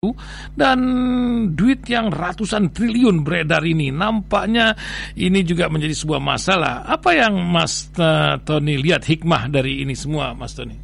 dan duit yang ratusan triliun beredar ini nampaknya ini juga menjadi sebuah masalah. Apa yang Mas Tony lihat hikmah dari ini semua, Mas Tony?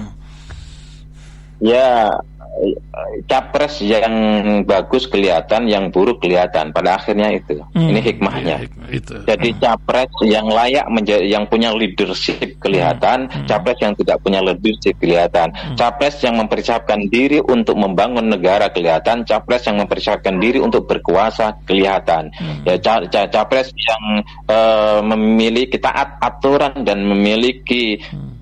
Ya, capres yang bagus kelihatan, yang buruk kelihatan. Pada akhirnya itu, ini hikmahnya. Jadi capres yang layak yang punya leadership kelihatan, capres yang tidak punya leadership kelihatan. Capres yang mempersiapkan diri untuk membangun negara kelihatan, capres yang mempersiapkan diri untuk berkuasa kelihatan. Ya, capres yang memiliki taat aturan dan memiliki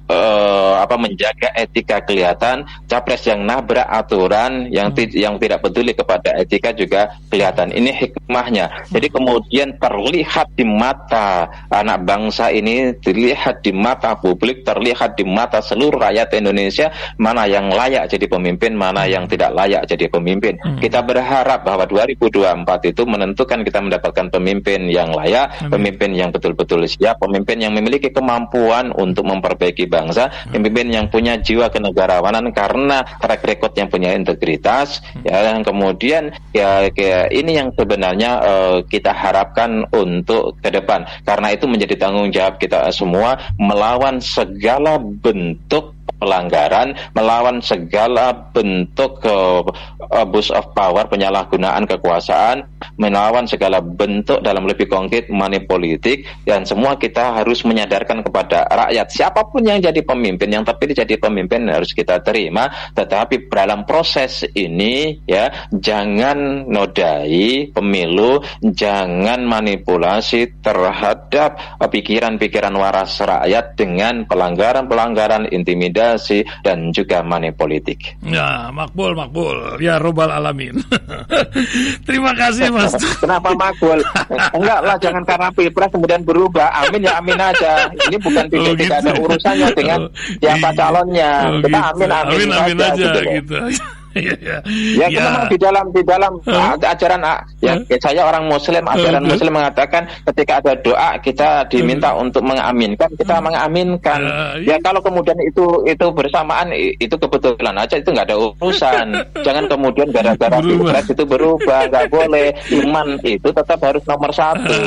menjaga etika kelihatan, capres yang nabrak aturan, yang tidak peduli kepada etika juga kelihatan. Ini hikmahnya. Jadi kemudian terlihat di mata anak bangsa ini, terlihat di mata publik, terlihat di mata seluruh rakyat Indonesia mana yang layak jadi pemimpin, mana yang tidak layak jadi pemimpin. Kita berharap bahwa 2024 itu menentukan kita mendapatkan pemimpin yang layak, pemimpin yang betul-betul siap, pemimpin yang memiliki kemampuan untuk memperbaiki bangsa, pemimpin yang punya jiwa kenegarawanan karena track record yang punya integritas, ya, dan kemudian ini yang sebenarnya kita harapkan untuk ke depan, karena itu menjadi tanggung jawab kita semua melawan segala bentuk pelanggaran, melawan segala bentuk abuse of power, penyalahgunaan kekuasaan, melawan segala bentuk dalam lebih konkret money politik, dan semua kita harus menyadarkan kepada rakyat siapapun yang jadi pemimpin, yang terpilih jadi pemimpin harus kita terima, tetapi dalam proses ini ya jangan nodai pemilu, jangan manipulasi terhadap pikiran-pikiran waras rakyat dengan pelanggaran-pelanggaran, intimidasi dan juga money politik. Ya, makbul ya robbal alamin. Terima kasih Mas. Kenapa makbul? Enggak lah, jangan karena pilpres kemudian berubah. Amin ya amin aja. Ini bukan tidak ada urusannya dengan siapa calonnya. Kita amin aja gitu. Ya, memang di dalam ajaran saya orang Muslim, ajaran Muslim mengatakan ketika ada doa kita diminta untuk mengaminkan, kita mengaminkan. Ya kalau kemudian itu bersamaan, itu kebetulan aja, itu nggak ada urusan. Jangan kemudian gara-gara pilpres itu berubah, nggak boleh. Iman itu tetap harus nomor satu.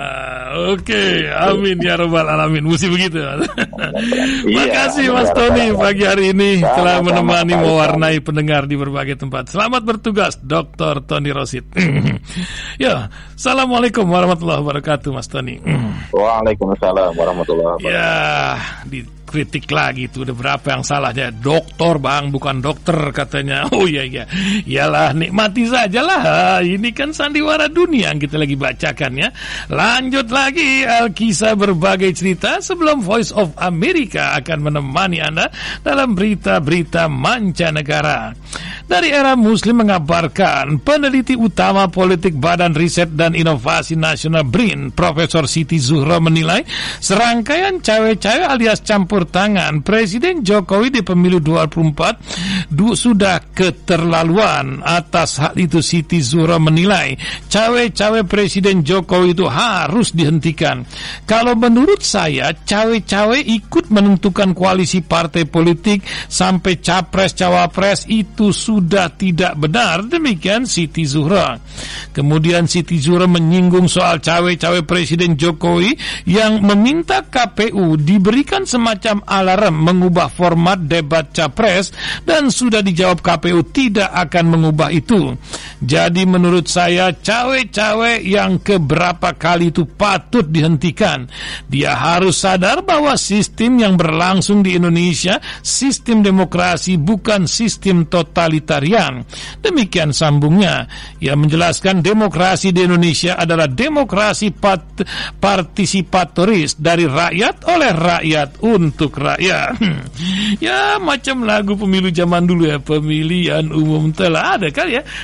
Oke, amin ya robbal alamin. Mesti begitu. Makasih Mas Tony pagi hari ini telah menemani mewarnai pendengar di berbagai tempat. Selamat bertugas Dr. Tony Rosid. Ya, assalamualaikum warahmatullahi wabarakatuh Mas Tony. Waalaikumsalam warahmatullahi wabarakatuh. Ya, kritik lagi tuh, udah berapa yang salahnya? Doktor bang, bukan dokter katanya. Oh iya, iyalah nikmati saja lah. Ini kan sandiwara dunia yang kita lagi bacakan ya. Lanjut lagi Alkisah berbagai cerita sebelum Voice of America akan menemani Anda dalam berita-berita mancanegara. Dari Era Muslim mengabarkan peneliti utama politik Badan Riset dan Inovasi Nasional BRIN, Profesor Siti Zuhro menilai serangkaian cawe-cawe alias campur tangan Presiden Jokowi di pemilu 2024 sudah keterlaluan. Atas hal itu Siti Zuhro menilai cawe-cawe Presiden Jokowi itu harus dihentikan. Kalau menurut saya cawe-cawe ikut menentukan koalisi partai politik sampai capres-cawapres itu sudah tidak benar. Demikian Siti Zuhro. Kemudian Siti Zuhro menyinggung soal cawe-cawe Presiden Jokowi yang meminta KPU diberikan semacam alarm mengubah format debat capres, dan sudah dijawab KPU tidak akan mengubah itu. Jadi menurut saya cawe-cawe yang keberapa kali itu patut dihentikan. Dia harus sadar bahwa sistem yang berlangsung di Indonesia sistem demokrasi, bukan sistem totalitarian. Demikian sambungnya. Ia menjelaskan demokrasi di Indonesia adalah demokrasi partisipatoris, dari rakyat oleh rakyat untuk rakyat. Ya macam lagu pemilu zaman dulu ya, pemilihan umum telah ada kan ya. Coba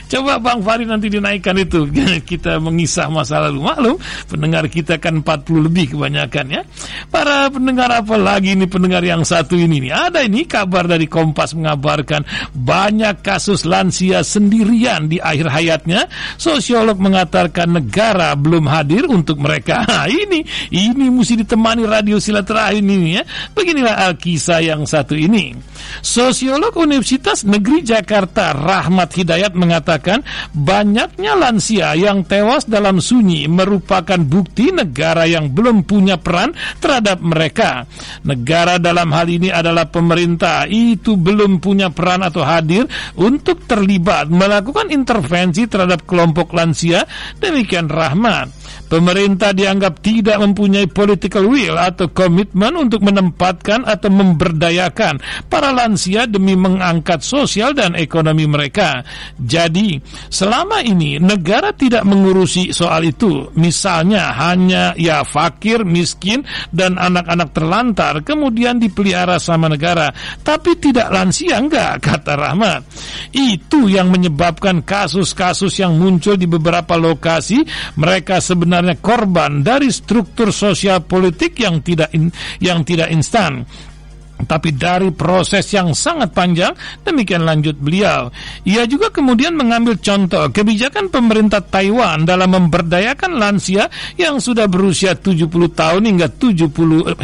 Bang Fahri nanti dinaikkan itu. Kita mengisah masa lalu. Maklum, pendengar kita kan 40 lebih kebanyakan ya. Para pendengar, apa lagi ini pendengar yang satu ini nih. Ada ini kabar dari Kompas mengabarkan banyak kasus lansia sendirian di akhir hayatnya. Sosiolog mengatakan negara belum hadir untuk mereka. Nah, ini mesti ditemani radio silaturahim ini ya. Beginilah kisah yang satu ini. Sosiolog Universitas Negeri Jakarta Rahmat Hidayat mengatakan banyaknya lansia yang tewas dalam sunyi merupakan bukti negara yang belum punya peran terhadap mereka. Negara dalam hal ini adalah pemerintah, itu belum punya peran atau hadir untuk terlibat melakukan intervensi terhadap kelompok lansia. Demikian Rahmat. Pemerintah dianggap tidak mempunyai political will atau komitmen untuk menempatkan atau memberdayakan para lansia demi mengangkat sosial dan ekonomi mereka. Jadi, selama ini negara tidak mengurusi soal itu. Misalnya hanya ya fakir, miskin, dan anak-anak terlantar kemudian dipelihara sama negara. Tapi tidak lansia, enggak, kata Rahmat. Itu yang menyebabkan kasus-kasus yang muncul di beberapa lokasi. Mereka sebenarnya korban dari struktur sosial politik yang tidak instan, tapi dari proses yang sangat panjang. Demikian lanjut beliau. Ia juga kemudian mengambil contoh kebijakan pemerintah Taiwan dalam memberdayakan lansia yang sudah berusia 70 tahun hingga 90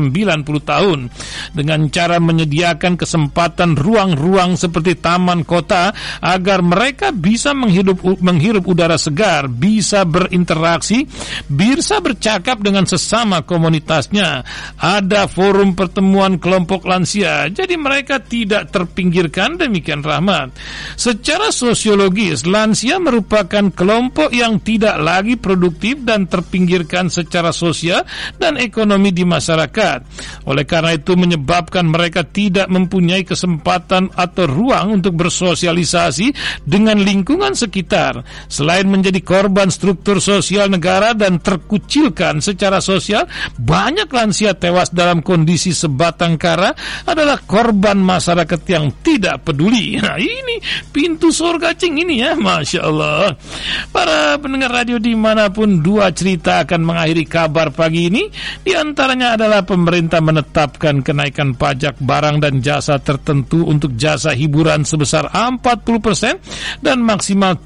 tahun dengan cara menyediakan kesempatan ruang-ruang seperti taman kota agar mereka bisa menghirup udara segar, bisa berinteraksi, bisa bercakap dengan sesama komunitasnya. Ada forum pertemuan kelompok lansia, jadi mereka tidak terpinggirkan. Demikian Rahmat. Secara sosiologis, lansia merupakan kelompok yang tidak lagi produktif dan terpinggirkan secara sosial dan ekonomi di masyarakat. Oleh karena itu menyebabkan mereka tidak mempunyai kesempatan atau ruang untuk bersosialisasi dengan lingkungan sekitar. Selain menjadi korban struktur sosial negara dan terkucilkan secara sosial, banyak lansia tewas dalam kondisi sebatang kara adalah korban masyarakat yang tidak peduli. Nah, ini pintu surga cing ini ya, Masya Allah. Para pendengar radio dimanapun, dua cerita akan mengakhiri kabar pagi ini. Di antaranya adalah pemerintah menetapkan kenaikan pajak barang dan jasa tertentu untuk jasa hiburan sebesar 40% dan maksimal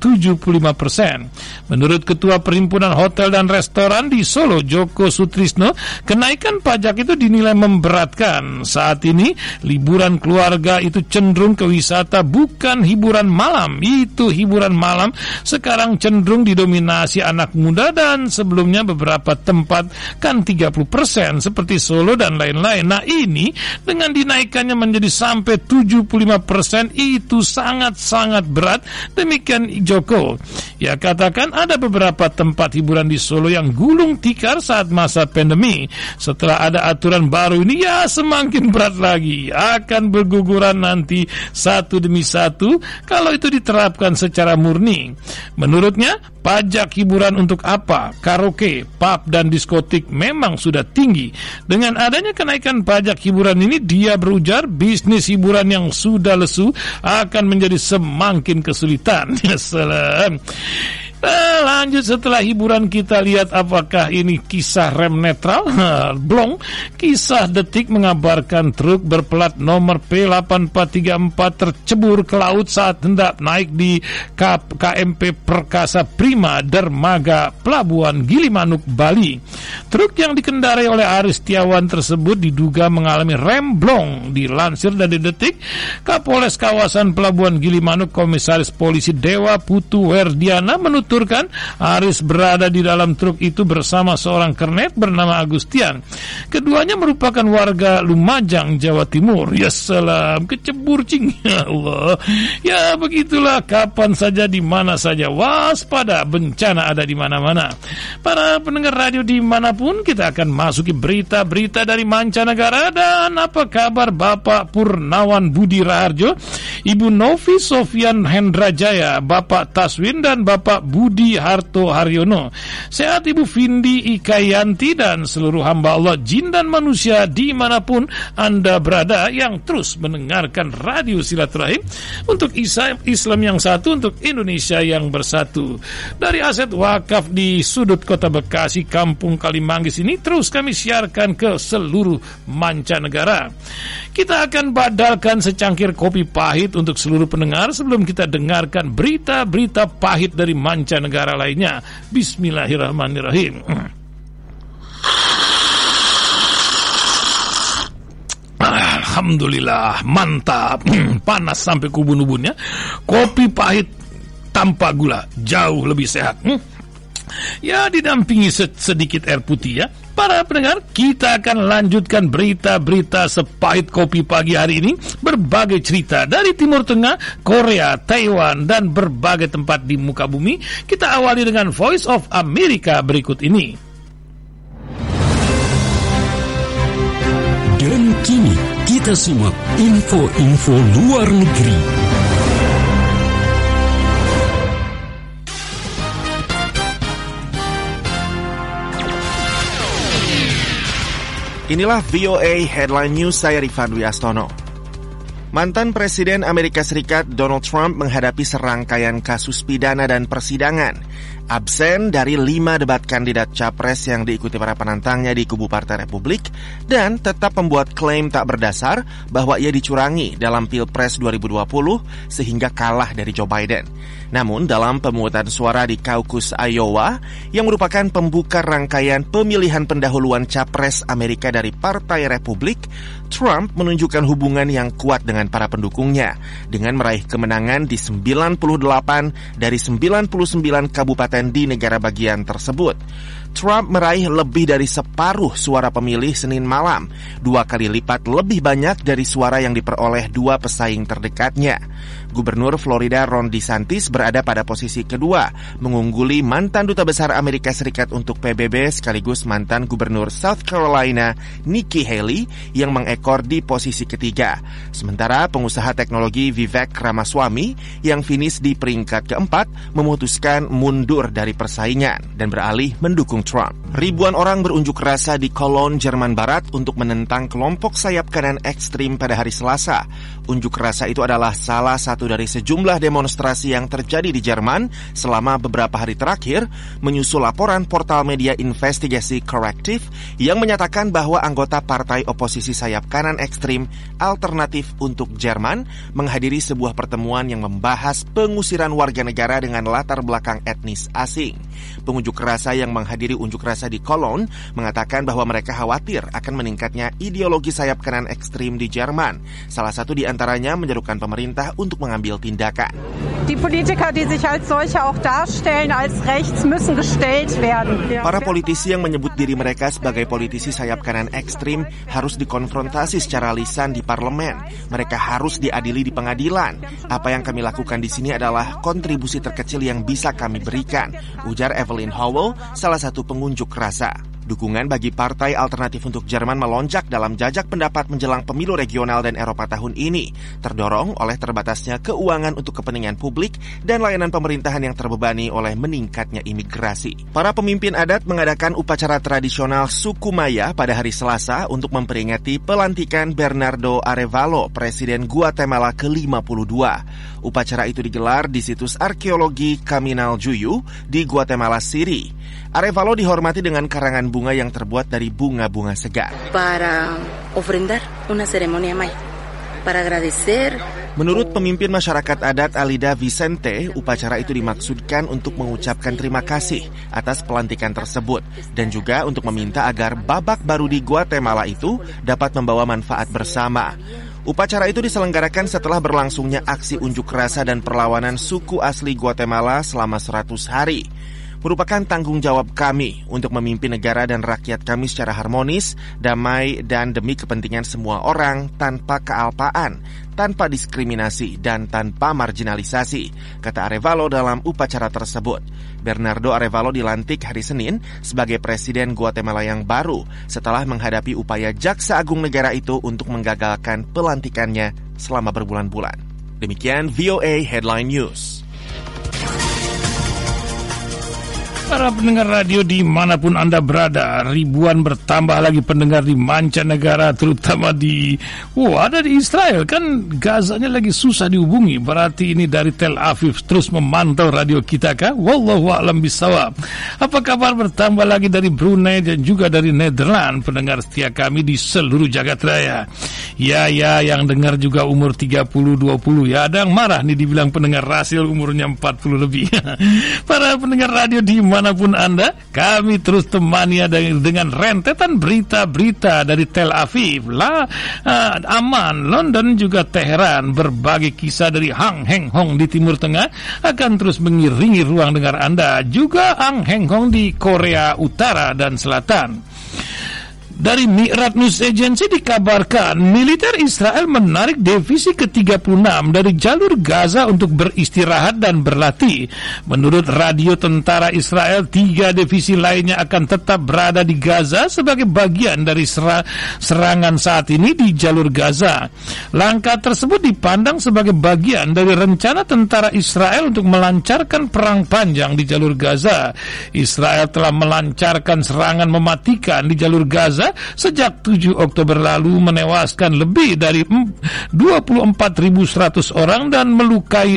75%. Menurut Ketua Perhimpunan Hotel dan Restoran di Solo, Joko Sutrisno, kenaikan pajak itu dinilai memberatkan. Saat ini liburan keluarga itu cenderung ke wisata, bukan hiburan malam. Itu hiburan malam sekarang cenderung didominasi anak muda, dan sebelumnya beberapa tempat kan 30% seperti Solo dan lain-lain. Nah, ini dengan dinaikannya menjadi sampai 75% itu sangat-sangat berat. Demikian Joko. Ya, katakan ada beberapa tempat hiburan di Solo yang gulung tikar saat masa pandemi. Setelah ada aturan baru ini, ya semakin berat lagi, akan berguguran nanti satu demi satu kalau itu diterapkan secara murni. Menurutnya, pajak hiburan untuk apa? Karaoke, pub, dan diskotik memang sudah tinggi. Dengan adanya kenaikan pajak hiburan ini, dia berujar bisnis hiburan yang sudah lesu akan menjadi semakin kesulitan. Ya salam. Nah, lanjut setelah hiburan kita lihat apakah ini kisah rem netral. Blong, kisah detik mengabarkan truk berplat nomor P8434 tercebur ke laut saat hendak naik di KMP Perkasa Prima Dermaga Pelabuhan Gilimanuk, Bali. Truk yang dikendarai oleh Aris Setiawan tersebut diduga mengalami rem blong. Dilansir dari Detik, Kapolres kawasan Pelabuhan Gilimanuk Komisaris Polisi Dewa Putu Werdiana menuturkan Aris berada di dalam truk itu bersama seorang kernet bernama Agustian. Keduanya merupakan warga Lumajang, Jawa Timur. Ya salam, kecebur cing. Ya Allah. Ya begitulah, kapan saja di mana saja waspada, bencana ada di mana-mana. Para pendengar radio dimanapun, kita akan masuki berita-berita dari mancanegara. Dan apa kabar Bapak Purnawan Budi Raharjo, Ibu Novi Sofian Hendrajaya, Bapak Taswin, dan Bapak Budi Harto Haryono. Sehat Ibu Vindi Ikayanti dan seluruh hamba Allah jin dan manusia dimanapun Anda berada yang terus mendengarkan Radio Silaturahim untuk Islam yang satu, untuk Indonesia yang bersatu. Dari aset wakaf di sudut kota Bekasi, Kampung Kalimanggis ini terus kami siarkan ke seluruh mancanegara. Kita akan badalkan secangkir kopi pahit untuk seluruh pendengar sebelum kita dengarkan berita-berita pahit dari mancanegara lainnya. Bismillahirrahmanirrahim. Alhamdulillah, mantap. Panas sampai ke ubun-ubunnya. Kopi pahit tanpa gula jauh lebih sehat. Ya, didampingi sedikit air putih ya. Para pendengar, kita akan lanjutkan berita-berita sepahit kopi pagi hari ini. Berbagai cerita dari Timur Tengah, Korea, Taiwan, dan berbagai tempat di muka bumi. Kita awali dengan Voice of America berikut ini. Dan kini kita simak info-info luar negeri. Inilah VOA Headline News, saya Rifan Wiastono. Mantan Presiden Amerika Serikat Donald Trump menghadapi serangkaian kasus pidana dan persidangan. Absen dari 5 debat kandidat capres yang diikuti para penantangnya di kubu Partai Republik dan tetap membuat klaim tak berdasar bahwa ia dicurangi dalam Pilpres 2020 sehingga kalah dari Joe Biden. Namun dalam pemungutan suara di Caucus Iowa yang merupakan pembuka rangkaian pemilihan pendahuluan capres Amerika dari Partai Republik, Trump menunjukkan hubungan yang kuat dengan para pendukungnya dengan meraih kemenangan di 98 dari 99 kabupaten di negara bagian tersebut. Trump meraih lebih dari separuh suara pemilih Senin malam, 2 kali lipat lebih banyak dari suara yang diperoleh 2 pesaing terdekatnya. Gubernur Florida Ron DeSantis berada pada posisi kedua, mengungguli mantan Duta Besar Amerika Serikat untuk PBB sekaligus mantan Gubernur South Carolina Nikki Haley yang mengekor di posisi ketiga. Sementara pengusaha teknologi Vivek Ramaswamy yang finish di peringkat keempat memutuskan mundur dari persaingan dan beralih mendukung Trump. Ribuan orang berunjuk rasa di Cologne, Jerman Barat untuk menentang kelompok sayap kanan ekstrim pada hari Selasa. Unjuk rasa itu adalah salah satu dari sejumlah demonstrasi yang terjadi di Jerman selama beberapa hari terakhir, menyusul laporan portal media investigasi Corrective yang menyatakan bahwa anggota partai oposisi sayap kanan ekstrim Alternatif untuk Jerman menghadiri sebuah pertemuan yang membahas pengusiran warga negara dengan latar belakang etnis asing. Pengunjuk rasa yang menghadiri unjuk rasa di Cologne mengatakan bahwa mereka khawatir akan meningkatnya ideologi sayap kanan ekstrim di Jerman. Salah satu di antaranya menyerukan pemerintah untuk mengambil tindakan. Die Politiker, die sich als solche auch darstellen als rechts, müssen gestellt werden. Para politisi yang menyebut diri mereka sebagai politisi sayap kanan ekstrim harus dikonfrontasi secara lisan di parlemen. Mereka harus diadili di pengadilan. Apa yang kami lakukan di sini adalah kontribusi terkecil yang bisa kami berikan, ujar Evelyn Howell, salah satu pengunjuk rasa. Dukungan bagi Partai Alternatif untuk Jerman melonjak dalam jajak pendapat menjelang pemilu regional dan Eropa tahun ini, terdorong oleh terbatasnya keuangan untuk kepentingan publik dan layanan pemerintahan yang terbebani oleh meningkatnya imigrasi. Para pemimpin adat mengadakan upacara tradisional suku Maya pada hari Selasa untuk memperingati pelantikan Bernardo Arevalo, Presiden Guatemala ke-52. Upacara itu digelar di situs arkeologi Caminaljuyu di Guatemala City. Arevalo dihormati dengan karangan bunga yang terbuat dari bunga-bunga segar. Para ofrendar una ceremonia maya, para agradecer. Menurut pemimpin masyarakat adat Alida Vicente, upacara itu dimaksudkan untuk mengucapkan terima kasih atas pelantikan tersebut dan juga untuk meminta agar babak baru di Guatemala itu dapat membawa manfaat bersama. Upacara itu diselenggarakan setelah berlangsungnya aksi unjuk rasa dan perlawanan suku asli Guatemala selama 100 hari. Merupakan tanggung jawab kami untuk memimpin negara dan rakyat kami secara harmonis, damai, dan demi kepentingan semua orang tanpa kealpaan, tanpa diskriminasi, dan tanpa marginalisasi, kata Arevalo dalam upacara tersebut. Bernardo Arevalo dilantik hari Senin sebagai Presiden Guatemala yang baru setelah menghadapi upaya Jaksa Agung Negara itu untuk menggagalkan pelantikannya selama berbulan-bulan. Demikian VOA Headline News. Para pendengar radio dimanapun Anda berada, ribuan bertambah lagi pendengar di mancanegara, terutama ada di Israel. Kan Gazanya lagi susah dihubungi, berarti ini dari Tel Aviv terus memantau radio kita kah? Wallahu a'lam bishawab. Apa kabar bertambah lagi dari Brunei dan juga dari Nederland, pendengar setia kami di seluruh jagat raya. Ya, yang dengar juga umur 30-20 ya, ada yang marah nih dibilang pendengar rasil umurnya 40 lebih. Para pendengar radio dimanapun Anda, kami terus temani dengan rentetan berita-berita dari Tel Aviv, Amman, London juga Teheran. Berbagai kisah dari Hang Heng Hong di Timur Tengah akan terus mengiringi ruang dengar Anda. Juga Hang Heng Hong di Korea Utara dan Selatan. Dari Mi'rat News Agency dikabarkan militer Israel menarik divisi ke-36 dari jalur Gaza untuk beristirahat dan berlatih. Menurut radio tentara Israel, 3 divisi lainnya akan tetap berada di Gaza sebagai bagian dari serangan saat ini di jalur Gaza. Langkah tersebut dipandang sebagai bagian dari rencana tentara Israel untuk melancarkan perang panjang di jalur Gaza. Israel telah melancarkan serangan mematikan di jalur Gaza sejak 7 Oktober lalu, menewaskan lebih dari 24.100 orang dan melukai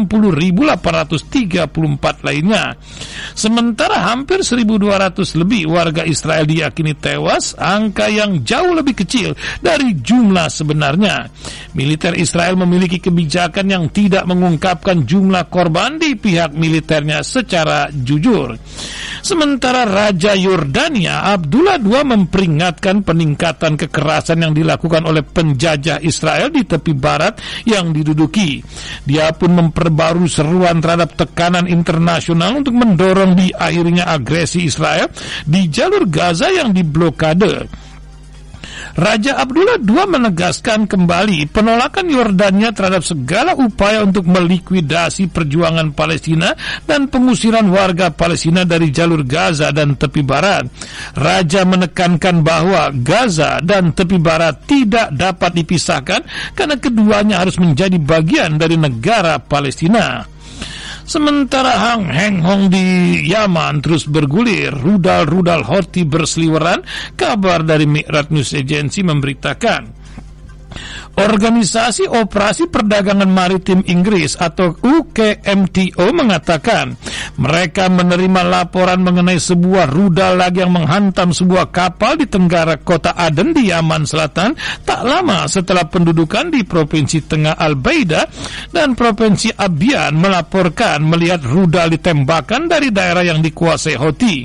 60.834 lainnya. Sementara hampir 1.200 lebih warga Israel diyakini tewas, angka yang jauh lebih kecil dari jumlah sebenarnya. Militer Israel memiliki kebijakan yang tidak mengungkapkan jumlah korban di pihak militernya secara jujur. Sementara Raja Yordania Abdullah II memperingatkan peningkatan kekerasan yang dilakukan oleh penjajah Israel di tepi barat yang diduduki. Dia pun memperbarui seruan terhadap tekanan internasional untuk mendorong diakhirinya agresi Israel di jalur Gaza yang diblokade. Raja Abdullah II menegaskan kembali penolakan Yordania terhadap segala upaya untuk melikuidasi perjuangan Palestina dan pengusiran warga Palestina dari jalur Gaza dan tepi barat. Raja menekankan bahwa Gaza dan tepi barat tidak dapat dipisahkan karena keduanya harus menjadi bagian dari negara Palestina. Sementara Hang Heng Hong di Yaman terus bergulir, rudal-rudal Houthi berseliweran. Kabar dari Mi'rat News Agency memberitakan Organisasi Operasi Perdagangan Maritim Inggris atau UKMTO mengatakan mereka menerima laporan mengenai sebuah rudal lagi yang menghantam sebuah kapal di tenggara kota Aden di Yaman Selatan tak lama setelah pendudukan di Provinsi Tengah Al-Baida dan Provinsi Abian melaporkan melihat rudal ditembakkan dari daerah yang dikuasai Houthi.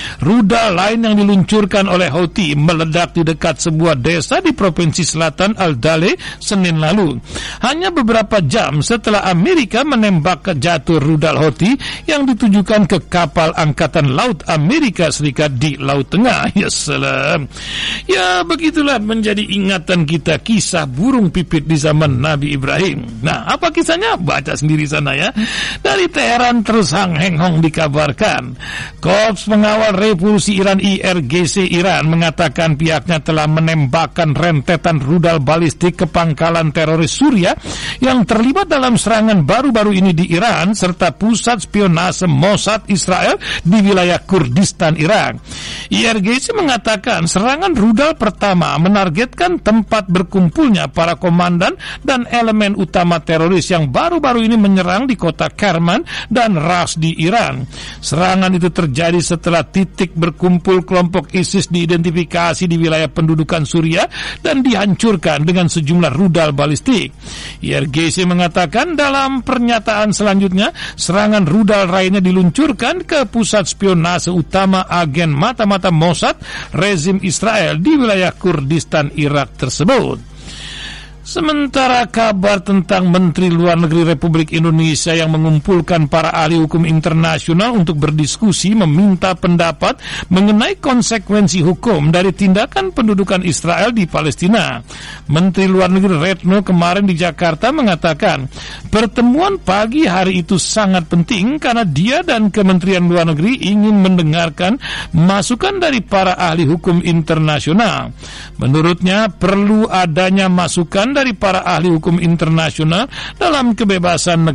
Rudal lain yang diluncurkan oleh Houthi meledak di dekat sebuah desa di Provinsi Selatan Al-Dale Senin lalu, hanya beberapa jam setelah Amerika menembak jatuh rudal Houthi yang ditujukan ke kapal Angkatan Laut Amerika Serikat di Laut Tengah. Ya salam. Ya begitulah menjadi ingatan kita kisah burung pipit di zaman Nabi Ibrahim. Nah, apa kisahnya? Baca sendiri sana ya. Dari Teheran terus Hang Heng Hong dikabarkan Korps Pengawal Revolusi Iran IRGC Iran mengatakan pihaknya telah menembakkan rentetan rudal balistik ke pangkalan teroris Suriah yang terlibat dalam serangan baru-baru ini di Iran serta pusat spionase Mossad Israel di wilayah Kurdistan Irak. IRGC mengatakan serangan rudal pertama menargetkan tempat berkumpulnya para komandan dan elemen utama teroris yang baru-baru ini menyerang di kota Kerman dan Ras di Iran. Serangan itu terjadi setelah titik berkumpul kelompok ISIS diidentifikasi di wilayah pendudukan Suriah dan dihancurkan dengan sejumlah rudal balistik. IRGC mengatakan dalam pernyataan selanjutnya, serangan rudal lainnya diluncurkan ke pusat spionase utama agen mata-mata Mossad rezim Israel di wilayah Kurdistan Irak tersebut. Sementara kabar tentang Menteri Luar Negeri Republik Indonesia yang mengumpulkan para ahli hukum internasional untuk berdiskusi meminta pendapat mengenai konsekuensi hukum dari tindakan pendudukan Israel di Palestina. Menteri Luar Negeri Retno kemarin di Jakarta mengatakan pertemuan pagi hari itu sangat penting karena dia dan Kementerian Luar Negeri ingin mendengarkan masukan dari para ahli hukum internasional. Menurutnya perlu adanya masukan dari para ahli hukum internasional dalam kebebasan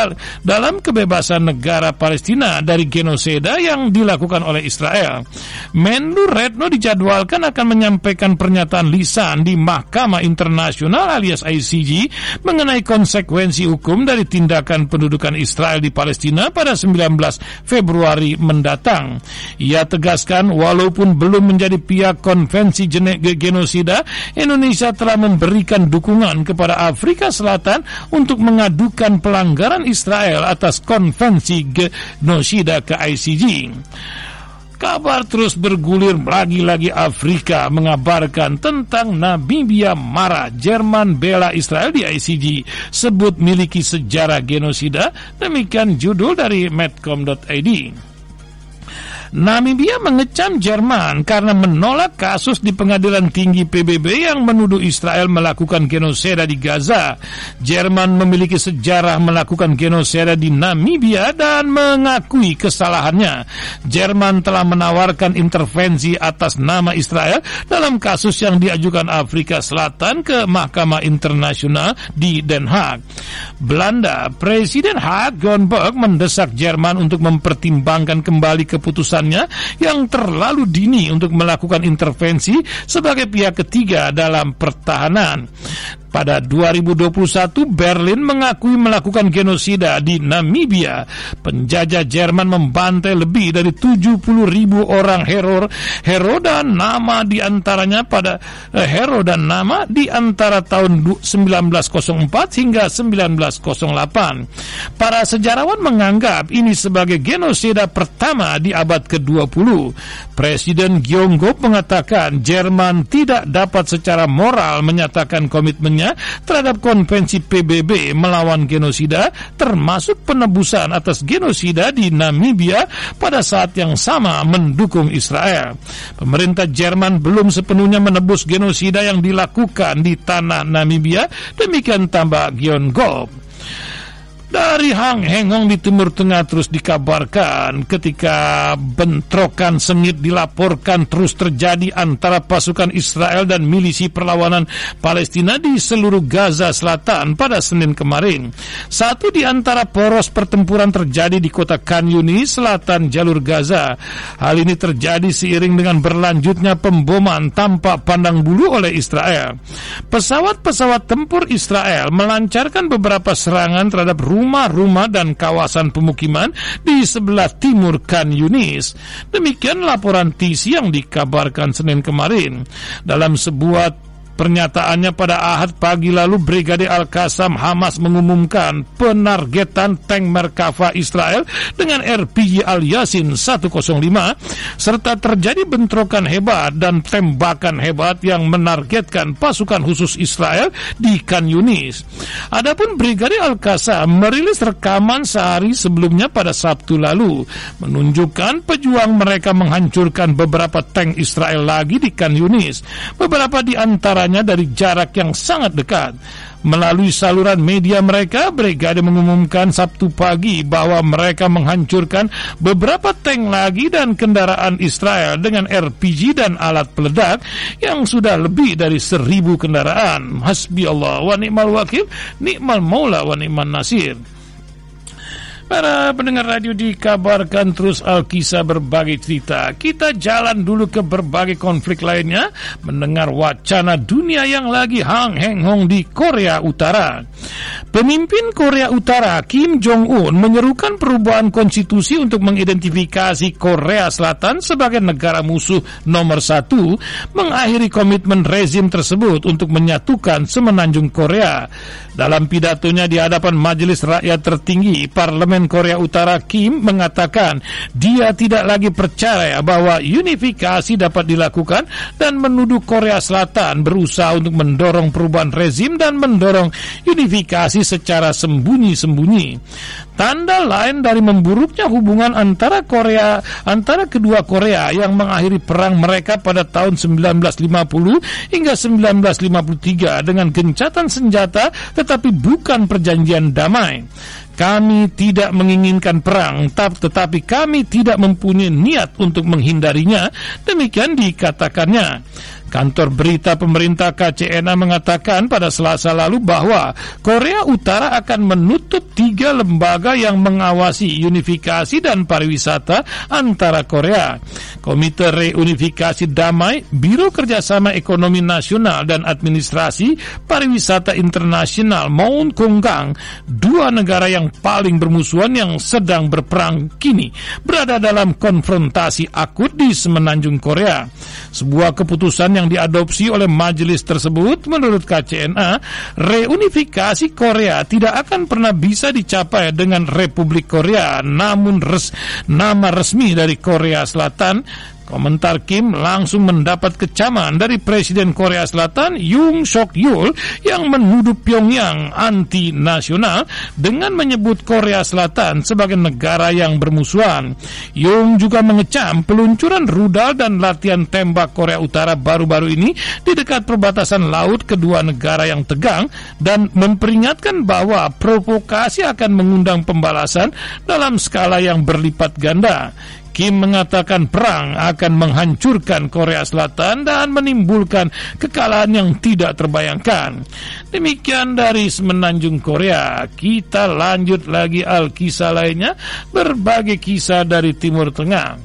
negara Palestina dari genosida yang dilakukan oleh Israel. Menlu Retno dijadwalkan akan menyampaikan pernyataan lisan di Mahkamah Internasional alias ICJ mengenai konsekuensi hukum dari tindakan pendudukan Israel di Palestina pada 19 Februari mendatang. Ia tegaskan walaupun belum menjadi pihak konvensi genosida, Indonesia telah memberikan dukungan kepada Afrika Selatan untuk mengadukan pelanggaran Israel atas konvensi genosida ke ICJ. Kabar terus bergulir, lagi-lagi Afrika mengabarkan tentang Namibia marah Jerman bela Israel di ICJ, sebut miliki sejarah genosida. Demikian judul dari medcom.id. Namibia mengecam Jerman karena menolak kasus di pengadilan tinggi PBB yang menuduh Israel melakukan genosida di Gaza. Jerman memiliki sejarah melakukan genosida di Namibia dan mengakui kesalahannya. Jerman telah menawarkan intervensi atas nama Israel dalam kasus yang diajukan Afrika Selatan ke Mahkamah Internasional di Den Haag. Belanda, Presiden Haag Gonberg mendesak Jerman untuk mempertimbangkan kembali keputusan yang terlalu dini untuk melakukan intervensi sebagai pihak ketiga dalam pertahanan. Pada 2021, Berlin mengakui melakukan genosida di Namibia. Penjajah Jerman membantai lebih dari 70.000 orang hero dan nama di antara tahun 1904 hingga 1908. Para sejarawan menganggap ini sebagai genosida pertama di abad ke-20. Presiden Gyeonggop mengatakan Jerman tidak dapat secara moral menyatakan komitmennya terhadap konvensi PBB melawan genosida, termasuk penebusan atas genosida di Namibia pada saat yang sama mendukung Israel. Pemerintah Jerman belum sepenuhnya menebus genosida yang dilakukan di tanah Namibia, demikian tambah Gyeonggop. Dari Hang Hengong di Timur Tengah terus dikabarkan ketika bentrokan sengit dilaporkan terus terjadi antara pasukan Israel dan milisi perlawanan Palestina di seluruh Gaza Selatan pada Senin kemarin. Satu di antara poros pertempuran terjadi di kota Khan Yunis, selatan jalur Gaza. Hal ini terjadi seiring dengan berlanjutnya pemboman tanpa pandang bulu oleh Israel. Pesawat-pesawat tempur Israel melancarkan beberapa serangan terhadap rumah-rumah dan kawasan pemukiman di sebelah timur Khan Yunis. Demikian laporan TC yang dikabarkan Senin kemarin. Dalam sebuah pernyataannya pada Ahad pagi lalu, Brigade Al-Qassam Hamas mengumumkan penargetan tank Merkava Israel dengan RPG Al-Yasin 105 serta terjadi bentrokan hebat dan tembakan hebat yang menargetkan pasukan khusus Israel di Khan Yunis. Adapun Brigade Al-Qassam merilis rekaman sehari sebelumnya pada Sabtu lalu menunjukkan pejuang mereka menghancurkan beberapa tank Israel lagi di Khan Yunis. Beberapa di antara dari jarak yang sangat dekat. Melalui saluran media mereka, Brigade mengumumkan Sabtu pagi bahwa mereka menghancurkan beberapa tank lagi dan kendaraan Israel dengan RPG dan alat peledak yang sudah lebih dari 1.000 kendaraan. Hasbi Allah wa ni'mal wakil, ni'mal maula wa ni'man nasir. Para pendengar radio, dikabarkan terus Alkisah berbagai cerita. Kita jalan dulu ke berbagai konflik lainnya, mendengar wacana dunia yang lagi Hang Heng Hong di Korea Utara. Pemimpin Korea Utara Kim Jong-un menyerukan perubahan konstitusi untuk mengidentifikasi Korea Selatan sebagai negara musuh nomor 1, mengakhiri komitmen rezim tersebut untuk menyatukan semenanjung Korea. Dalam pidatonya di hadapan Majelis Rakyat Tertinggi Parlemen Korea Utara, Kim mengatakan dia tidak lagi percaya bahwa unifikasi dapat dilakukan dan menuduh Korea Selatan berusaha untuk mendorong perubahan rezim dan mendorong unifikasi secara sembunyi-sembunyi. Tanda lain dari memburuknya hubungan antara kedua Korea yang mengakhiri perang mereka pada tahun 1950 hingga 1953 dengan gencatan senjata tetapi bukan perjanjian damai. Kami tidak menginginkan perang, tetapi kami tidak mempunyai niat untuk menghindarinya. Demikian dikatakannya. Kantor berita pemerintah KCNA mengatakan pada Selasa lalu bahwa Korea Utara akan menutup 3 lembaga yang mengawasi unifikasi dan pariwisata antara Korea. Komite Reunifikasi Damai, Biro Kerjasama Ekonomi Nasional dan Administrasi Pariwisata Internasional Maung Konggang, 2 negara yang paling bermusuhan yang sedang berperang kini berada dalam konfrontasi akut di semenanjung Korea. Sebuah keputusan yang diadopsi oleh majelis tersebut menurut KCNA, reunifikasi Korea tidak akan pernah bisa dicapai dengan Republik Korea, namun nama resmi dari Korea Selatan. Komentar Kim langsung mendapat kecaman dari Presiden Korea Selatan Yoon Suk Yeol yang menuduh Pyongyang anti-nasional dengan menyebut Korea Selatan sebagai negara yang bermusuhan. Yoon juga mengecam peluncuran rudal dan latihan tembak Korea Utara baru-baru ini di dekat perbatasan laut kedua negara yang tegang dan memperingatkan bahwa provokasi akan mengundang pembalasan dalam skala yang berlipat ganda. Kim mengatakan perang akan menghancurkan Korea Selatan dan menimbulkan kekalahan yang tidak terbayangkan. Demikian dari semenanjung Korea. Kita lanjut lagi kisah lainnya, berbagai kisah dari Timur Tengah.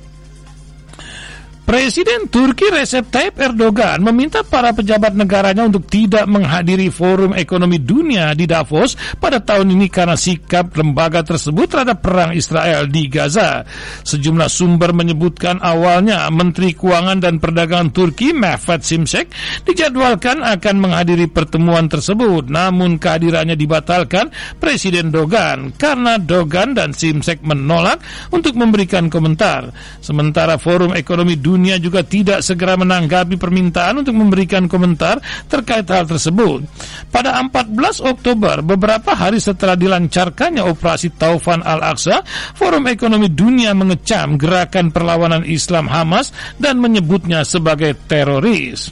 Presiden Turki Recep Tayyip Erdogan meminta para pejabat negaranya untuk tidak menghadiri Forum Ekonomi Dunia di Davos pada tahun ini karena sikap lembaga tersebut terhadap perang Israel di Gaza. Sejumlah sumber menyebutkan awalnya Menteri Keuangan dan Perdagangan Turki Mehmet Şimşek dijadwalkan akan menghadiri pertemuan tersebut, namun kehadirannya dibatalkan Presiden Dogan karena Dogan dan Şimşek menolak untuk memberikan komentar. Sementara Forum Ekonomi Dunia juga tidak segera menanggapi permintaan untuk memberikan komentar terkait hal tersebut. Pada 14 Oktober, beberapa hari setelah dilancarkannya operasi Taufan Al-Aqsa, Forum Ekonomi Dunia mengecam gerakan perlawanan Islam Hamas dan menyebutnya sebagai teroris.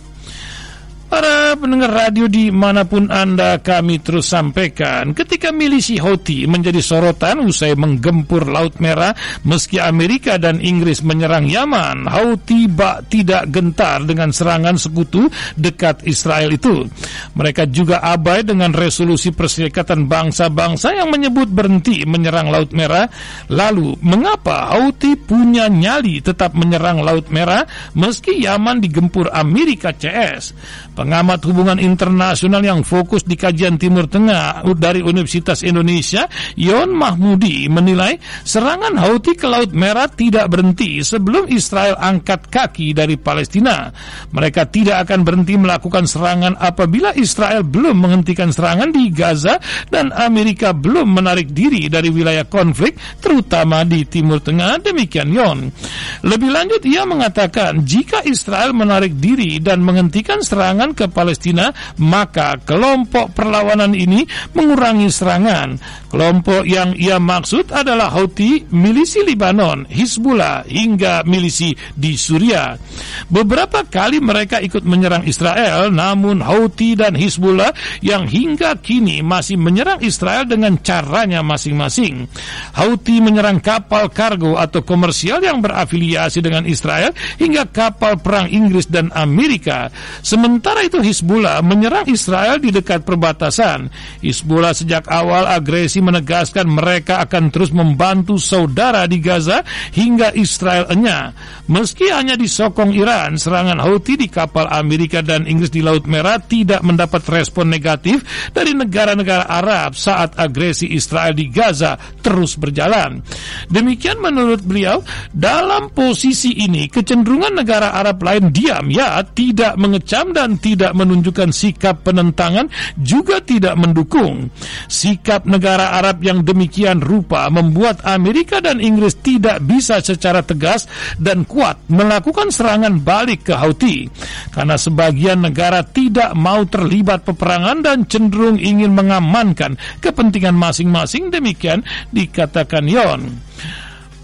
Para pendengar radio dimanapun Anda, kami terus sampaikan, ketika milisi Houthi menjadi sorotan usai menggempur Laut Merah meski Amerika dan Inggris menyerang Yaman, Houthi tidak gentar dengan serangan sekutu dekat Israel itu. Mereka juga abai dengan resolusi Perserikatan Bangsa-Bangsa yang menyebut berhenti menyerang Laut Merah. Lalu, mengapa Houthi punya nyali tetap menyerang Laut Merah meski Yaman digempur Amerika CS? Pengamat hubungan internasional yang fokus di kajian Timur Tengah dari Universitas Indonesia, Yon Mahmudi, menilai serangan Houthi ke Laut Merah tidak berhenti sebelum Israel angkat kaki dari Palestina. Mereka tidak akan berhenti melakukan serangan apabila Israel belum menghentikan serangan di Gaza dan Amerika belum menarik diri dari wilayah konflik, terutama di Timur Tengah. Demikian Yon. Lebih lanjut, ia mengatakan jika Israel menarik diri dan menghentikan serangan ke Palestina, maka kelompok perlawanan ini mengurangi serangan. Kelompok yang ia maksud adalah Houthi, milisi Libanon, Hizbullah, hingga milisi di Suriah. Beberapa kali mereka ikut menyerang Israel, namun Houthi dan Hizbullah yang hingga kini masih menyerang Israel dengan caranya masing-masing. Houthi menyerang kapal kargo atau komersial yang berafiliasi dengan Israel hingga kapal perang Inggris dan Amerika. Sementara itu Hizbullah menyerang Israel di dekat perbatasan. Hizbullah sejak awal agresi menegaskan mereka akan terus membantu saudara di Gaza hingga Israel enyah. Meski hanya disokong Iran, serangan Houthi di kapal Amerika dan Inggris di Laut Merah tidak mendapat respon negatif dari negara-negara Arab saat agresi Israel di Gaza terus berjalan. Demikian menurut beliau, dalam posisi ini kecenderungan negara Arab lain diam, tidak mengecam dan tidak menunjukkan sikap penentangan, juga tidak mendukung. Sikap negara Arab yang demikian rupa membuat Amerika dan Inggris tidak bisa secara tegas dan kuat melakukan serangan balik ke Houthi, karena sebagian negara tidak mau terlibat peperangan dan cenderung ingin mengamankan kepentingan masing-masing. Demikian dikatakan Yon.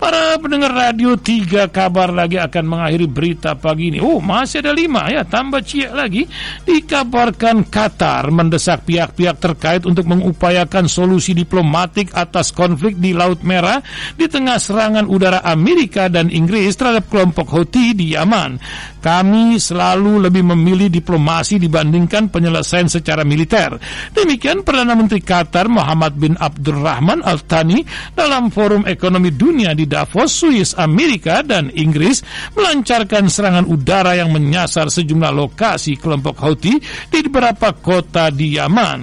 Para pendengar radio, 3 kabar lagi akan mengakhiri berita pagi ini. Oh, masih ada 5 ya, tambah ciek lagi. Dikabarkan Qatar mendesak pihak-pihak terkait untuk mengupayakan solusi diplomatik atas konflik di Laut Merah di tengah serangan udara Amerika dan Inggris terhadap kelompok Houthi di Yaman. Kami selalu lebih memilih diplomasi dibandingkan penyelesaian secara militer. Demikian Perdana Menteri Qatar Muhammad bin Abdurrahman Al Thani dalam Forum Ekonomi Dunia di Davos, Swiss. Amerika dan Inggris melancarkan serangan udara yang menyasar sejumlah lokasi kelompok Houthi di beberapa kota di Yaman.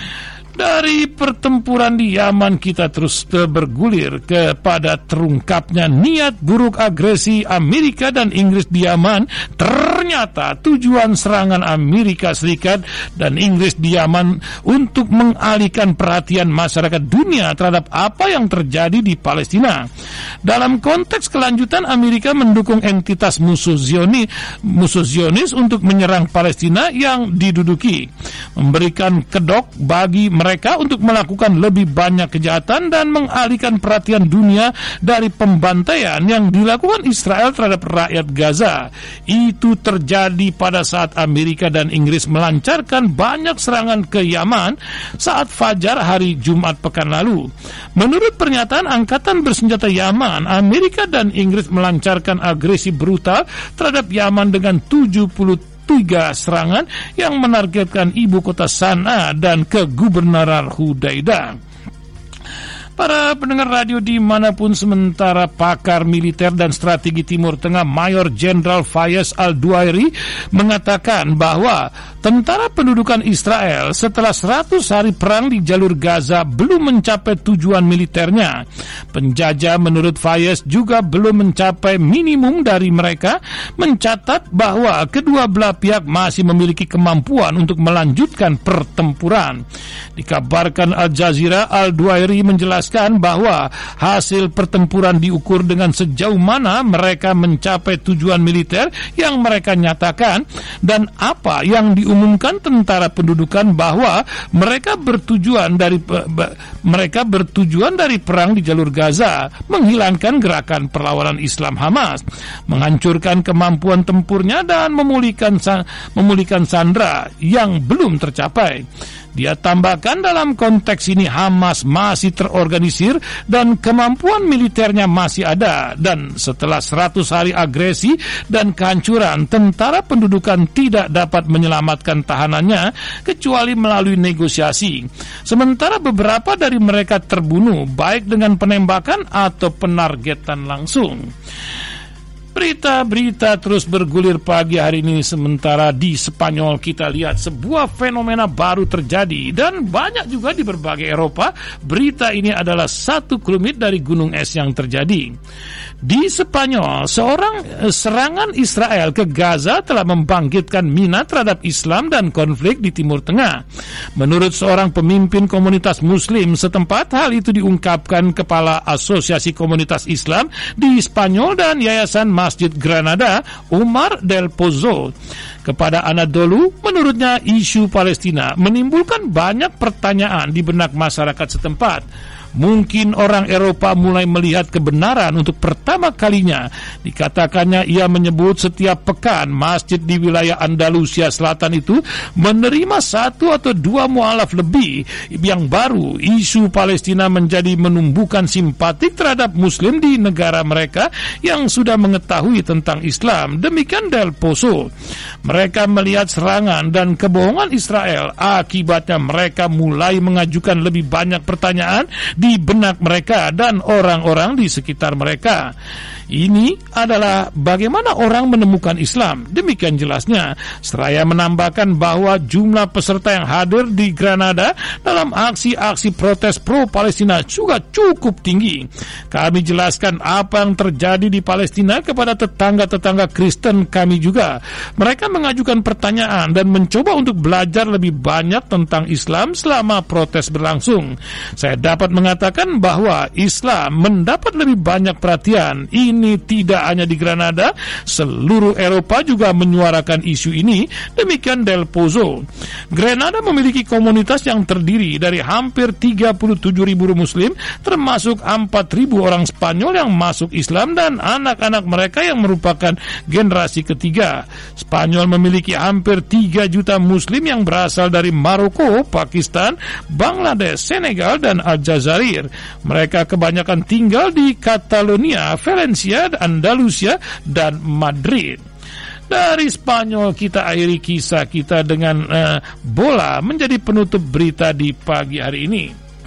Dari pertempuran di Yaman kita terus bergulir kepada terungkapnya niat buruk agresi Amerika dan Inggris di Yaman. Ternyata tujuan serangan Amerika Serikat dan Inggris di Yaman untuk mengalihkan perhatian masyarakat dunia terhadap apa yang terjadi di Palestina. Dalam konteks kelanjutan, Amerika mendukung entitas musuh Zionis untuk menyerang Palestina yang diduduki, memberikan kedok bagi mereka untuk melakukan lebih banyak kejahatan dan mengalihkan perhatian dunia dari pembantaian yang dilakukan Israel terhadap rakyat Gaza. Itu terjadi pada saat Amerika dan Inggris melancarkan banyak serangan ke Yaman saat fajar hari Jumat pekan lalu. Menurut pernyataan Angkatan Bersenjata Yaman, Amerika dan Inggris melancarkan agresi brutal terhadap Yaman dengan 73 serangan yang menargetkan ibu kota Sanaa dan kegubernuran Hudaidah. Para pendengar radio dimanapun, sementara pakar militer dan strategi Timur Tengah Mayor Jenderal Fayez Al-Duairi mengatakan bahwa tentara pendudukan Israel setelah 100 hari perang di jalur Gaza belum mencapai tujuan militernya. Penjajah menurut Fayez juga belum mencapai minimum dari mereka, mencatat bahwa kedua belah pihak masih memiliki kemampuan untuk melanjutkan pertempuran. Dikabarkan Al Jazeera, Al-Duairi menjelaskan bahwa hasil pertempuran diukur dengan sejauh mana mereka mencapai tujuan militer yang mereka nyatakan dan apa yang diumumkan tentara pendudukan bahwa mereka bertujuan dari perang di jalur Gaza, menghilangkan gerakan perlawanan Islam Hamas, menghancurkan kemampuan tempurnya dan memulihkan sandera yang belum tercapai. Dia tambahkan dalam konteks ini Hamas masih terorganisir dan kemampuan militernya masih ada, dan setelah 100 hari agresi dan kehancuran, tentara pendudukan tidak dapat menyelamatkan tahanannya kecuali melalui negosiasi. Sementara beberapa dari mereka terbunuh baik dengan penembakan atau penargetan langsung. Berita-berita terus bergulir pagi hari ini, sementara di Spanyol kita lihat sebuah fenomena baru terjadi dan banyak juga di berbagai Eropa. Berita ini adalah satu kelumit dari gunung es yang terjadi. Di Spanyol, serangan Israel ke Gaza telah membangkitkan minat terhadap Islam dan konflik di Timur Tengah. Menurut seorang pemimpin komunitas Muslim setempat, hal itu diungkapkan Kepala Asosiasi Komunitas Islam di Spanyol dan Yayasan Masjid Granada, Umar del Pozo. Kepada Anadolu, menurutnya isu Palestina menimbulkan banyak pertanyaan di benak masyarakat setempat. Mungkin orang Eropa mulai melihat kebenaran untuk pertama kalinya. Dikatakannya ia menyebut setiap pekan masjid di wilayah Andalusia Selatan itu menerima 1 atau 2 mualaf lebih yang baru. Isu Palestina menjadi menumbuhkan simpatik terhadap Muslim di negara mereka yang sudah mengetahui tentang Islam. Demikian Del Pozo. Mereka melihat serangan dan kebohongan Israel. Akibatnya mereka mulai mengajukan lebih banyak pertanyaan di benak mereka dan orang-orang di sekitar mereka. Ini adalah bagaimana orang menemukan Islam. Demikian jelasnya. Seraya menambahkan bahwa jumlah peserta yang hadir di Granada dalam aksi-aksi protes pro-Palestina juga cukup tinggi. Kami jelaskan apa yang terjadi di Palestina kepada tetangga-tetangga Kristen kami juga. Mereka mengajukan pertanyaan dan mencoba untuk belajar lebih banyak tentang Islam selama protes berlangsung. Saya dapat mengatakan mengatakan bahwa Islam mendapat lebih banyak perhatian. Ini tidak hanya di Granada, seluruh Eropa juga menyuarakan isu ini. Demikian Del Pozo. Granada memiliki komunitas yang terdiri dari hampir 37.000 Muslim, termasuk 4.000 orang Spanyol yang masuk Islam dan anak-anak mereka yang merupakan generasi ketiga. Spanyol memiliki hampir 3 juta Muslim yang berasal dari Maroko, Pakistan, Bangladesh, Senegal, dan Aljazair. Mereka kebanyakan tinggal di Catalonia, Valencia, Andalusia, dan Madrid. Dari Spanyol kita akhiri kisah kita dengan bola menjadi penutup berita di pagi hari ini.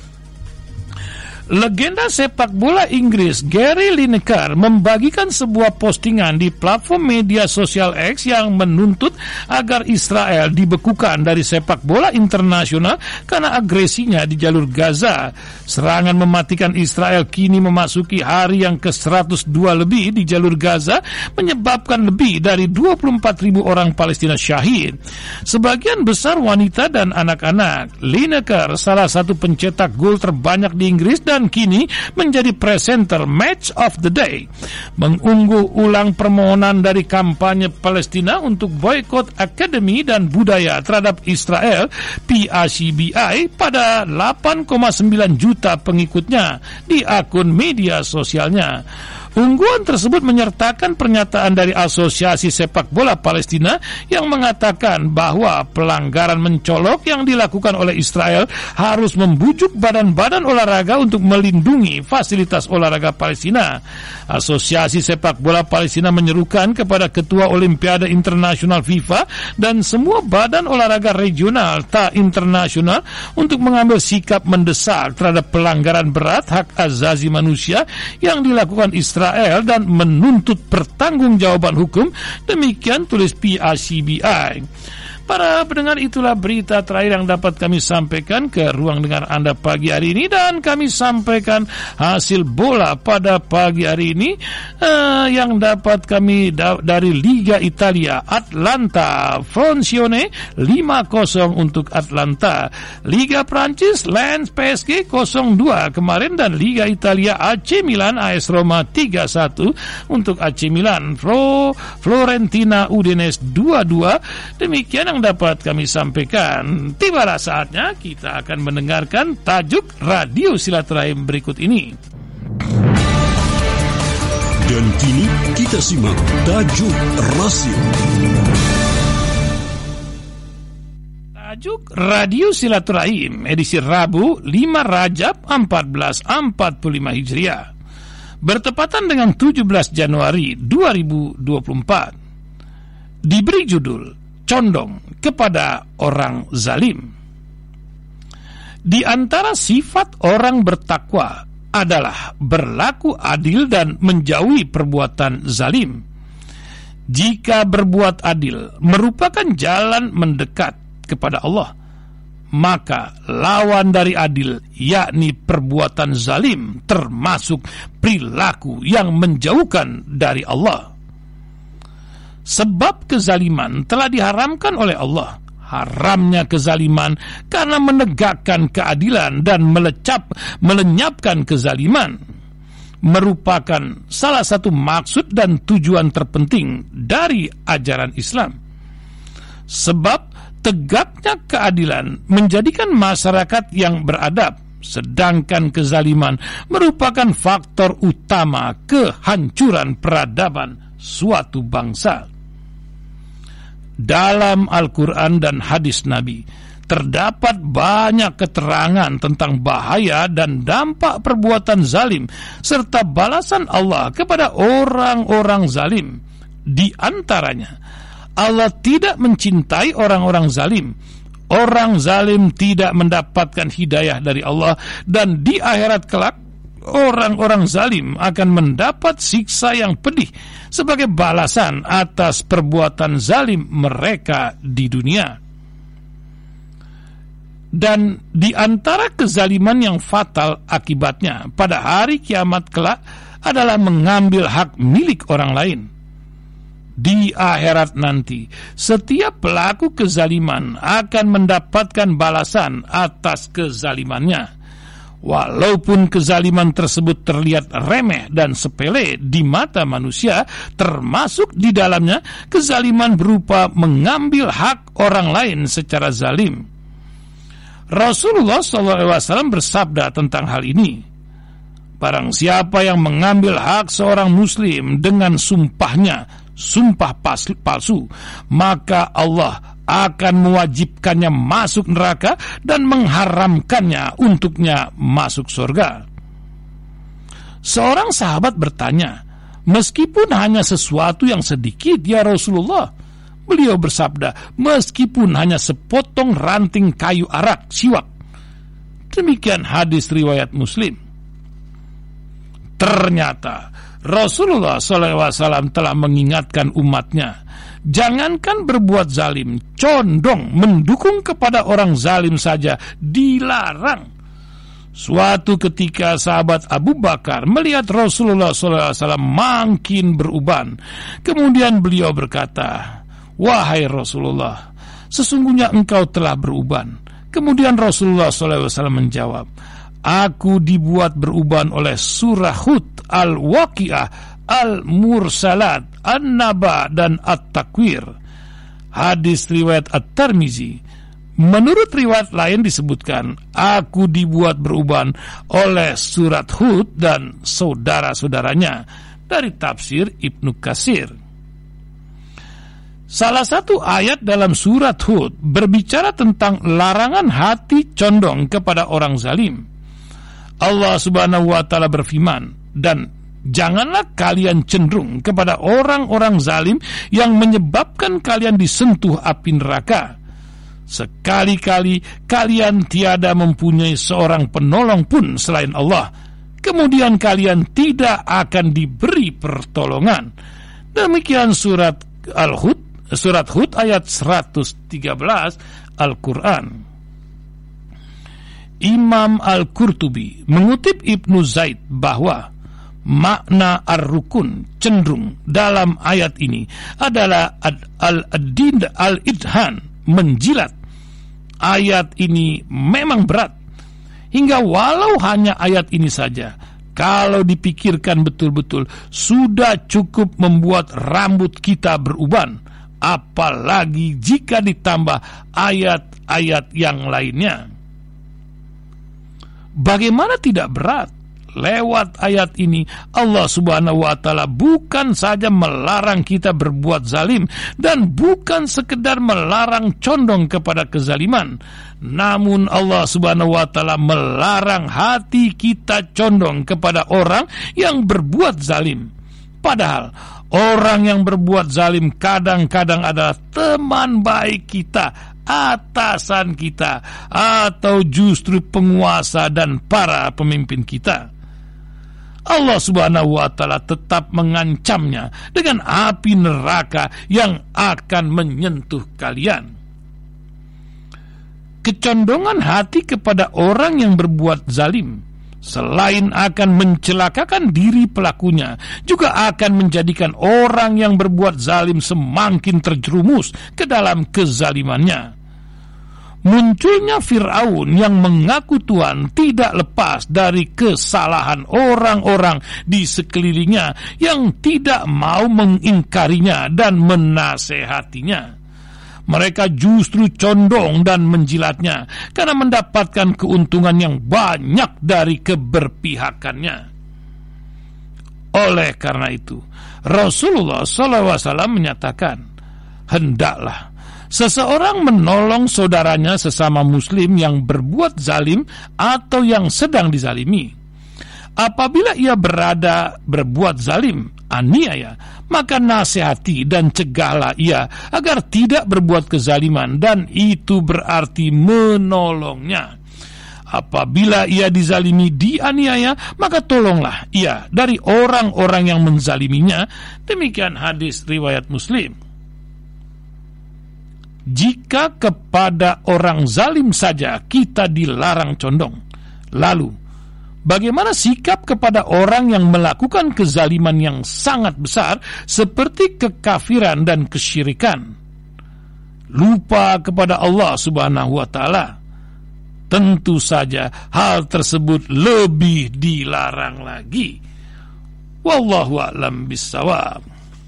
Legenda sepak bola Inggris Gary Lineker membagikan sebuah postingan di platform media sosial X yang menuntut agar Israel dibekukan dari sepak bola internasional karena agresinya di jalur Gaza. Serangan mematikan Israel kini memasuki hari yang ke-102 lebih di jalur Gaza, menyebabkan lebih dari 24.000 orang Palestina syahid. Sebagian besar wanita dan anak-anak. Lineker, salah satu pencetak gol terbanyak di Inggris dan kini menjadi presenter Match of the Day, mengunggah ulang permohonan dari kampanye Palestina untuk boykot akademi dan budaya terhadap Israel PACBI pada 8,9 juta pengikutnya di akun media sosialnya. Ungguan tersebut menyertakan pernyataan dari Asosiasi Sepak Bola Palestina yang mengatakan bahwa pelanggaran mencolok yang dilakukan oleh Israel harus membujuk badan-badan olahraga untuk melindungi fasilitas olahraga Palestina. Asosiasi Sepak Bola Palestina menyerukan kepada Ketua Olimpiade Internasional FIFA dan semua badan olahraga regional tak internasional untuk mengambil sikap mendesak terhadap pelanggaran berat hak asasi manusia yang dilakukan Israel dan menuntut pertanggungjawaban hukum. Demikian tulis PACBI. Para pendengar, itulah berita terakhir yang dapat kami sampaikan ke ruang dengar Anda pagi hari ini, dan kami sampaikan hasil bola pada pagi hari ini yang dapat kami dari Liga Italia. Atlanta Frosinone 5-0 untuk Atlanta. Liga Prancis Lens PSG 0-2 kemarin, dan Liga Italia AC Milan AS Roma 3-1 untuk AC Milan. Florentina Udinese 2-2. Demikian yang dapat kami sampaikan. Tibalah saatnya kita akan mendengarkan tajuk Radio Silaturahim berikut ini. Dan kini kita simak tajuk rasio. Tajuk Radio Silaturahim edisi Rabu 5 Rajab 1445 Hijriah, bertepatan dengan 17 Januari 2024. Diberi judul Condong kepada orang zalim. Di antara sifat orang bertakwa adalah berlaku adil dan menjauhi perbuatan zalim. Jika berbuat adil merupakan jalan mendekat kepada Allah, maka lawan dari adil, yakni perbuatan zalim, termasuk perilaku yang menjauhkan dari Allah. Sebab kezaliman telah diharamkan oleh Allah. Haramnya kezaliman karena menegakkan keadilan dan melenyapkan kezaliman merupakan salah satu maksud dan tujuan terpenting dari ajaran Islam. Sebab tegaknya keadilan menjadikan masyarakat yang beradab, sedangkan kezaliman merupakan faktor utama kehancuran peradaban suatu bangsa. Dalam Al-Quran dan hadis Nabi terdapat banyak keterangan tentang bahaya dan dampak perbuatan zalim serta balasan Allah kepada orang-orang zalim. Di antaranya, Allah tidak mencintai orang-orang zalim. Orang zalim tidak mendapatkan hidayah dari Allah, dan di akhirat kelak orang-orang zalim akan mendapat siksa yang pedih sebagai balasan atas perbuatan zalim mereka di dunia. Dan di antara kezaliman yang fatal akibatnya pada hari kiamat kelak adalah mengambil hak milik orang lain. Di akhirat nanti, setiap pelaku kezaliman akan mendapatkan balasan atas kezalimannya. Walaupun kezaliman tersebut terlihat remeh dan sepele di mata manusia, termasuk di dalamnya kezaliman berupa mengambil hak orang lain secara zalim. Rasulullah SAW bersabda tentang hal ini, barang siapa yang mengambil hak seorang muslim dengan sumpahnya, sumpah palsu, maka Allah akan mewajibkannya masuk neraka dan mengharamkannya untuknya masuk surga. Seorang sahabat bertanya, meskipun hanya sesuatu yang sedikit ya Rasulullah? Beliau bersabda, meskipun hanya sepotong ranting kayu arak, siwak. Demikian hadis riwayat Muslim. Ternyata Rasulullah SAW telah mengingatkan umatnya, jangankan berbuat zalim, condong mendukung kepada orang zalim saja dilarang. Suatu ketika sahabat Abu Bakar melihat Rasulullah SAW makin beruban. Kemudian beliau berkata, wahai Rasulullah, sesungguhnya engkau telah beruban. Kemudian Rasulullah SAW menjawab, aku dibuat beruban oleh surah Hud, Al-Waqi'ah, Al-Mursalat, An-Naba, dan At-Takwir. Hadis riwayat At-Tirmizi. Menurut riwayat lain disebutkan, aku dibuat beruban oleh surat Hud dan saudara-saudaranya, dari tafsir Ibnu Katsir. Salah satu ayat dalam surat Hud berbicara tentang larangan hati condong kepada orang zalim. Allah Subhanahu wa Ta'ala berfirman, dan janganlah kalian cenderung kepada orang-orang zalim yang menyebabkan kalian disentuh api neraka. Sekali-kali kalian tiada mempunyai seorang penolong pun selain Allah, kemudian kalian tidak akan diberi pertolongan. Demikian surat Hud ayat 113 Al-Quran. Imam Al-Qurtubi mengutip Ibnu Zaid bahwa makna ar-rukun, cenderung, dalam ayat ini adalah al-din al-idhan, menjilat. Ayat ini memang berat, hingga walau hanya ayat ini saja, kalau dipikirkan betul-betul, sudah cukup membuat rambut kita beruban, apalagi jika ditambah ayat-ayat yang lainnya. Bagaimana tidak berat? Lewat ayat ini Allah Subhanahu wa Ta'ala bukan saja melarang kita berbuat zalim, dan bukan sekedar melarang condong kepada kezaliman, namun Allah Subhanahu wa Ta'ala melarang hati kita condong kepada orang yang berbuat zalim. Padahal orang yang berbuat zalim kadang-kadang adalah teman baik kita, atasan kita, atau justru penguasa dan para pemimpin kita. Allah Subhanahu wa Ta'ala tetap mengancamnya dengan api neraka yang akan menyentuh kalian. Kecondongan hati kepada orang yang berbuat zalim, selain akan mencelakakan diri pelakunya, juga akan menjadikan orang yang berbuat zalim semakin terjerumus ke dalam kezalimannya. Munculnya Fir'aun yang mengaku Tuhan tidak lepas dari kesalahan orang-orang di sekelilingnya yang tidak mau mengingkarinya dan menasehatinya. Mereka justru condong dan menjilatnya karena mendapatkan keuntungan yang banyak dari keberpihakannya. Oleh karena itu, Rasulullah SAW menyatakan, hendaklah seseorang menolong saudaranya sesama muslim yang berbuat zalim atau yang sedang dizalimi. Apabila ia berbuat zalim, aniaya, maka nasihati dan cegahlah ia agar tidak berbuat kezaliman, dan itu berarti menolongnya. Apabila ia dizalimi, dianiaya, maka tolonglah ia dari orang-orang yang menzaliminya. Demikian hadis riwayat Muslim. Jika kepada orang zalim saja kita dilarang condong, lalu bagaimana sikap kepada orang yang melakukan kezaliman yang sangat besar seperti kekafiran dan kesyirikan, lupa kepada Allah Subhanahu wa Ta'ala, tentu saja hal tersebut lebih dilarang lagi. Wallahu a'lam bishawab.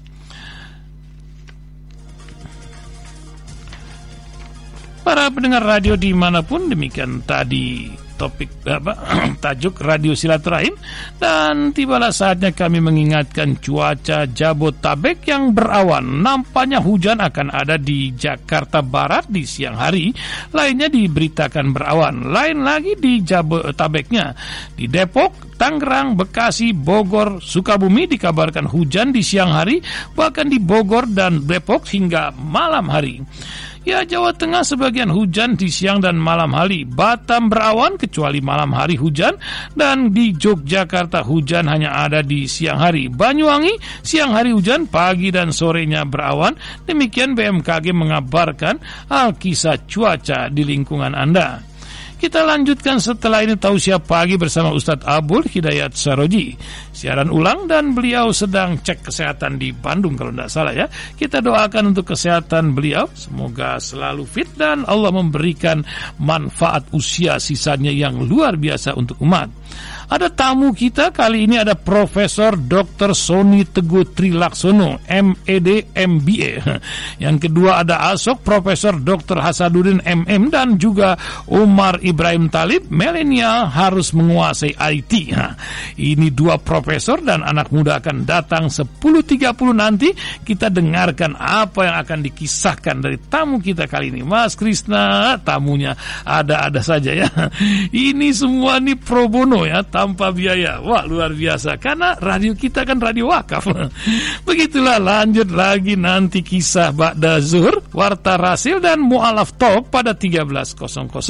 Para pendengar radio dimanapun, demikian tadi topik tajuk Radio Silaturahim, dan tibalah saatnya kami mengingatkan cuaca Jabodetabek yang berawan. Nampaknya hujan akan ada di Jakarta Barat di siang hari, lainnya diberitakan berawan. Lain lagi di Jabodetabeknya, di Depok, Tangerang, Bekasi, Bogor, Sukabumi dikabarkan hujan di siang hari, bahkan di Bogor dan Depok hingga malam hari. Ya, Jawa Tengah sebagian hujan di siang dan malam hari. Batam berawan kecuali malam hari hujan, dan di Yogyakarta hujan hanya ada di siang hari. Banyuwangi siang hari hujan, pagi dan sorenya berawan. Demikian BMKG mengabarkan kisah cuaca di lingkungan Anda. Kita lanjutkan setelah ini tausiah pagi bersama Ustadz Abul Hidayat Saroji. Siaran ulang dan beliau sedang cek kesehatan di Bandung kalau tidak salah ya. Kita doakan untuk kesehatan beliau, semoga selalu fit dan Allah memberikan manfaat usia sisanya yang luar biasa untuk umat. Ada tamu kita kali ini, ada Profesor Dr. Sony Teguh Trilaksono, MED MBA. Yang kedua ada Asok Profesor Dr. Hasaduddin MM, dan juga Umar Ibrahim Talib, milenial harus menguasai IT. Ini dua profesor dan anak muda akan datang 10.30 nanti. Kita dengarkan apa yang akan dikisahkan dari tamu kita kali ini. Mas Krisna, tamunya ada-ada saja ya. Ini semua nih pro bono ya, tanpa biaya. Wah, luar biasa, karena radio kita kan radio wakaf. Begitulah, lanjut lagi nanti kisah Ba'da Zuhur, Warta Rasil dan Mu'alaf Talk pada 13.00.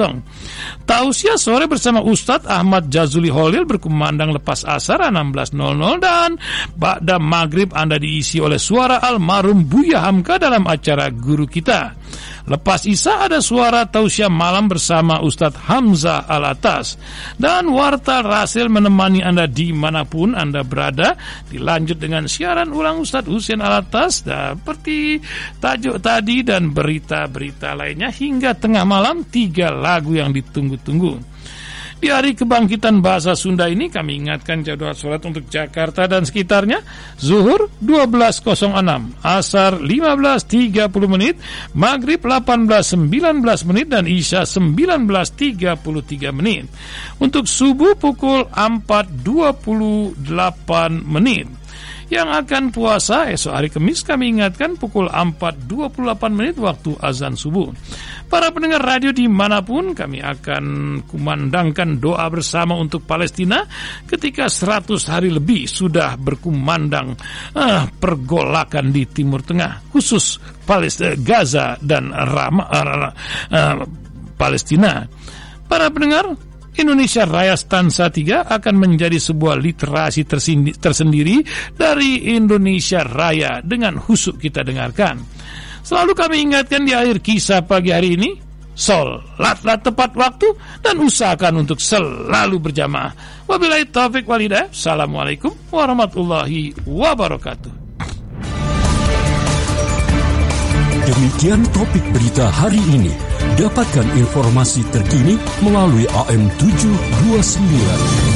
Tausiah sore bersama Ustadz Ahmad Jazuli Holil berkumandang lepas asar 16.00, dan Ba'da Maghrib Anda diisi oleh suara almarhum Buya Hamka dalam acara Guru Kita. Lepas Isya ada suara tausiah malam bersama Ustadz Hamzah Al-Atas, dan Warta Rasil menemani Anda dimanapun Anda berada. Dilanjut dengan siaran ulang Ustadz Husain Al-Atas seperti tajuk tadi, dan berita-berita lainnya hingga tengah malam. 3 lagu yang ditunggu-tunggu. Di hari kebangkitan bahasa Sunda ini kami ingatkan jadwal sholat untuk Jakarta dan sekitarnya. Zuhur 12.06, Asar 15.30 menit, Maghrib 18.19 menit, dan Isya 19.33 menit. Untuk subuh pukul 4.28 menit. Yang akan puasa esok hari Kamis kami ingatkan pukul 4.28 menit waktu azan subuh. Para pendengar radio dimanapun, kami akan kumandangkan doa bersama untuk Palestina ketika 100 hari lebih sudah berkumandang pergolakan di Timur Tengah, khusus Gaza dan Palestina. Para pendengar, Indonesia Raya Stansa 3 akan menjadi sebuah literasi tersendiri dari Indonesia Raya dengan khusyuk kita dengarkan. Selalu kami ingatkan di akhir kisah pagi hari ini, sholatlah tepat waktu dan usahakan untuk selalu berjamaah. Wabillahi taufiq wal hidayah. Assalamualaikum warahmatullahi wabarakatuh. Demikian topik berita hari ini. Dapatkan informasi terkini melalui AM 729.